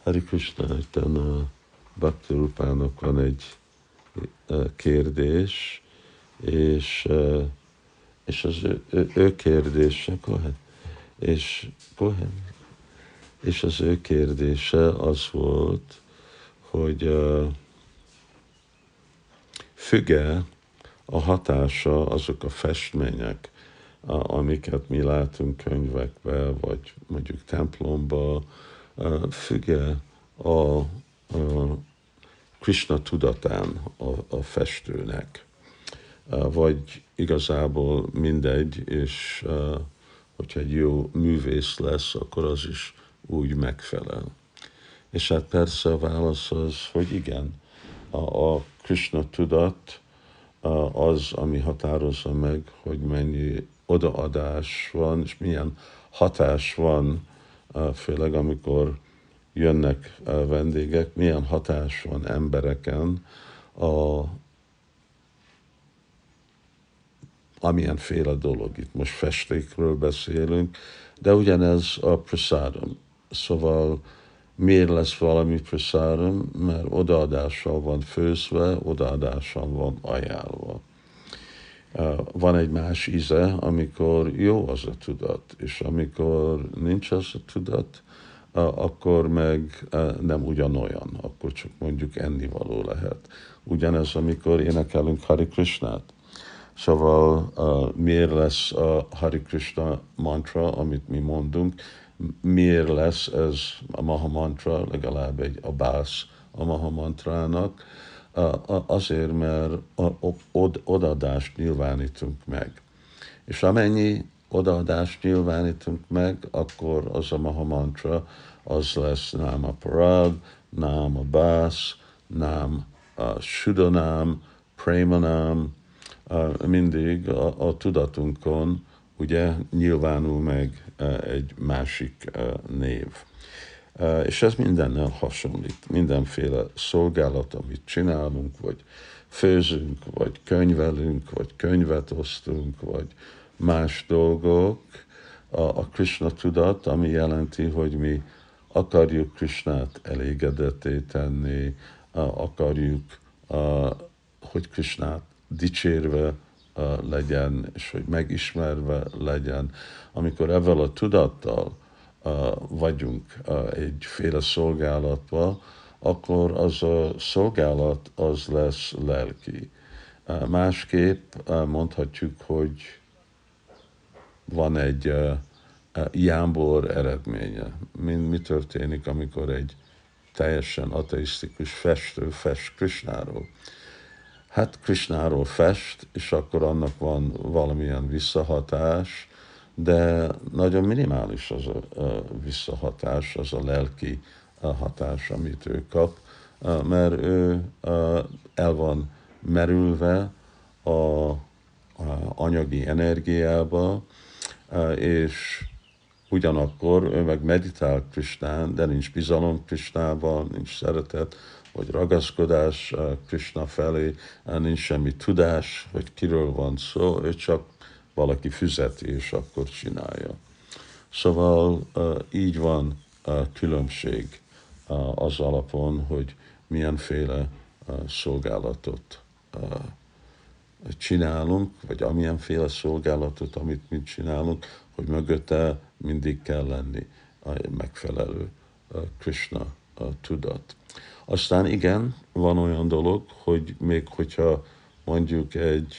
Hari Krishna, itten a Bhakti Rupának van egy kérdés, és, és az ő kérdése, és, és az ő kérdése az volt, hogy függ-e a hatása azok a festmények, amiket mi látunk könyvekbe, vagy mondjuk templomba, függ-e a Krishna tudatán a festőnek, vagy igazából mindegy, és hogyha egy jó művész lesz, akkor az is úgy megfelel. És hát persze a válasz az, hogy igen, a Krishna tudat az, ami határozza meg, hogy mennyi odaadás van, és milyen hatás van, főleg amikor jönnek vendégek, milyen hatás van embereken, amilyenféle dolog. Itt most festékről beszélünk, de ugyanez a prasadam. Szóval miért lesz valami prasadam? Mert odaadással van főzve, odaadással van ajánlva. Van egy más íze, amikor jó az a tudat, és amikor nincs az a tudat, akkor meg nem ugyanolyan, akkor csak mondjuk ennivaló lehet. Ugyanez, amikor énekelünk Hari Krishnát. Szóval miért lesz a Hari Krishna mantra, amit mi mondunk, miért lesz ez a Maha mantra, legalább egy a bász a Maha mantrának, azért, mert odaadást nyilvánítunk meg. És amennyi odaadást nyilvánítunk meg, akkor az a Maha mantra, az lesz Náma Parad, Náma Bász, Nám Sudanám, Premanám, mindig a tudatunkon ugye nyilvánul meg egy másik név. És ez mindennel hasonlít. Mindenféle szolgálat, amit csinálunk, vagy főzünk, vagy könyvelünk, vagy könyvet osztunk, vagy más dolgok, a Krishna tudat, ami jelenti, hogy mi akarjuk Krishnát elégedetté tenni, akarjuk, hogy Krishnát dicsérve legyen, és hogy megismerve legyen. Amikor ezzel a tudattal vagyunk egyféle szolgálatban, akkor az a szolgálat az lesz lelki. Másképp mondhatjuk, hogy van egy jámbor eredménye. Mi történik, amikor egy teljesen ateisztikus festő fest Krishnáról? Hát Krishnáról fest, és akkor annak van valamilyen visszahatás, de nagyon minimális az a visszahatás, az a lelki hatás, amit ő kap, mert ő el van merülve a anyagi energiába, és ugyanakkor ő meg meditál Krishnán, de nincs bizalom Krishnában, nincs szeretet, vagy ragaszkodás Krishna felé, nincs semmi tudás, hogy kiről van szó, ő csak valaki fizeti, és akkor csinálja. Szóval így van különbség az alapon, hogy milyenféle szolgálatot csinálunk, vagy amilyenféle szolgálatot, amit mi csinálunk, hogy mögötte mindig kell lenni a megfelelő Krishna tudat. Aztán igen, van olyan dolog, hogy még hogyha mondjuk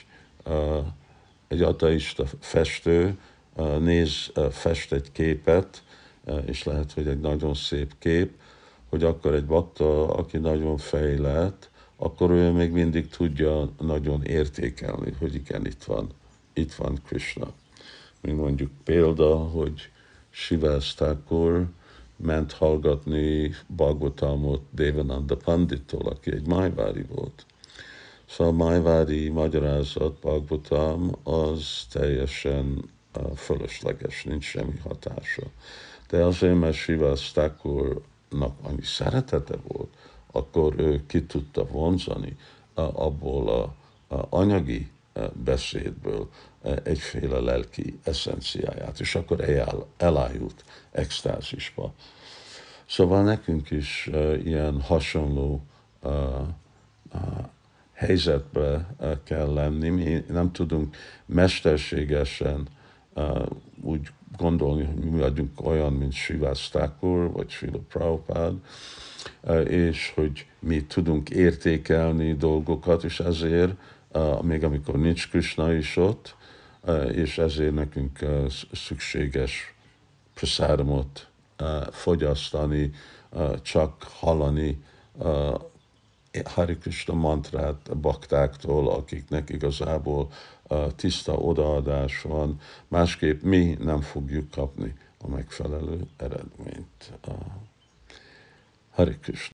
egy ateista festő fest egy képet, és lehet, hogy egy nagyon szép kép, hogy akkor egy bakta, aki nagyon fejlett, akkor ő még mindig tudja nagyon értékelni, hogy igen, itt van Krishna. Mint mondjuk példa, hogy Srivas Thakur ment hallgatni Bhagavatamot Devananda Pandittól, aki egy májvári volt. Szóval a májvári magyarázat, Bhagavatam, az teljesen fölösleges, nincs semmi hatása. De azért, mert Srivas Thakurnak annyi szeretete volt, akkor ő ki tudta vonzani abból a anyagi beszédből egyféle lelki eszenciáját, és akkor elájult extázisba. Szóval nekünk is ilyen hasonló helyzetbe kell lenni. Mi nem tudunk mesterségesen úgy gondolni, hogy mi vagyunk olyan, mint Srivas Thakur vagy Srila Prabhupád, és hogy mi tudunk értékelni dolgokat, és ezért, még amikor nincs Krishna is ott, és ezért nekünk szükséges praszáramot fogyasztani, csak hallani Hare Krishna mantrát a baktáktól, akiknek igazából tiszta odaadás van, másképp mi nem fogjuk kapni a megfelelő eredményt. Hare Krishna.